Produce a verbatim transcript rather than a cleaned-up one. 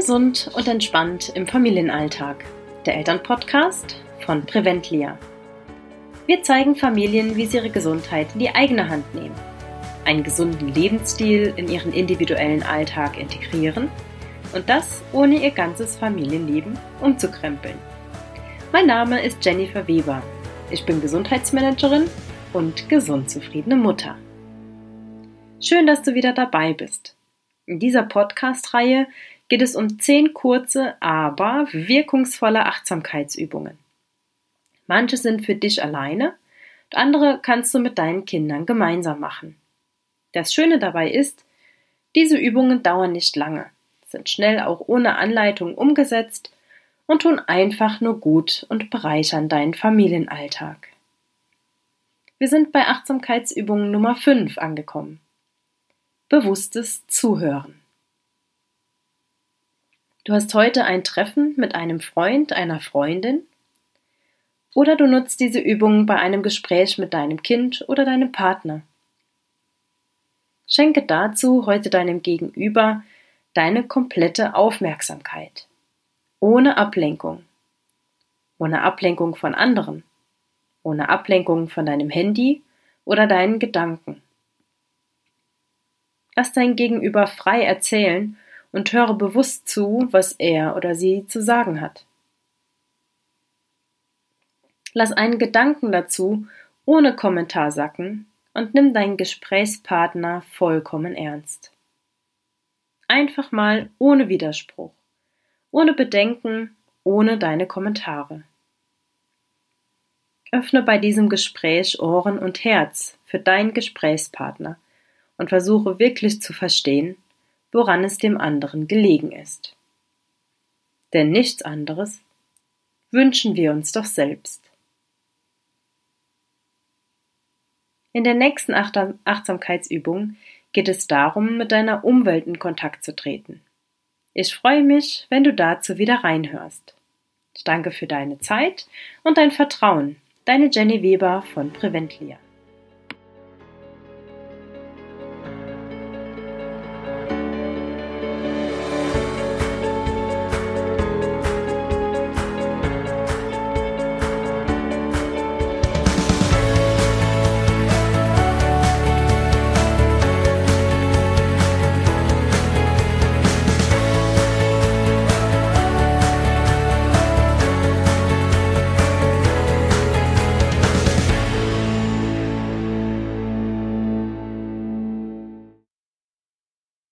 Gesund und entspannt im Familienalltag. Der Elternpodcast von Preventlia. Wir zeigen Familien, wie sie ihre Gesundheit in die eigene Hand nehmen, einen gesunden Lebensstil in ihren individuellen Alltag integrieren und das ohne ihr ganzes Familienleben umzukrempeln. Mein Name ist Jennifer Weber. Ich bin Gesundheitsmanagerin und gesund zufriedene Mutter. Schön, dass du wieder dabei bist. In dieser Podcast-Reihe geht es um zehn kurze, aber wirkungsvolle Achtsamkeitsübungen. Manche sind für dich alleine, und andere kannst du mit deinen Kindern gemeinsam machen. Das Schöne dabei ist, diese Übungen dauern nicht lange, sind schnell auch ohne Anleitung umgesetzt und tun einfach nur gut und bereichern deinen Familienalltag. Wir sind bei Achtsamkeitsübung Nummer fünf angekommen. Bewusstes Zuhören. Du hast heute ein Treffen mit einem Freund, einer Freundin oder du nutzt diese Übung bei einem Gespräch mit deinem Kind oder deinem Partner. Schenke dazu heute deinem Gegenüber deine komplette Aufmerksamkeit, ohne Ablenkung, ohne Ablenkung von anderen, ohne Ablenkung von deinem Handy oder deinen Gedanken. Lass dein Gegenüber frei erzählen und höre bewusst zu, was er oder sie zu sagen hat. Lass einen Gedanken dazu ohne Kommentar sacken und nimm deinen Gesprächspartner vollkommen ernst. Einfach mal ohne Widerspruch, ohne Bedenken, ohne deine Kommentare. Öffne bei diesem Gespräch Ohren und Herz für deinen Gesprächspartner und versuche wirklich zu verstehen, woran es dem anderen gelegen ist. Denn nichts anderes wünschen wir uns doch selbst. In der nächsten Achtsamkeitsübung geht es darum, mit deiner Umwelt in Kontakt zu treten. Ich freue mich, wenn du dazu wieder reinhörst. Ich danke für deine Zeit und dein Vertrauen. Deine Jenny Weber von Preventlia.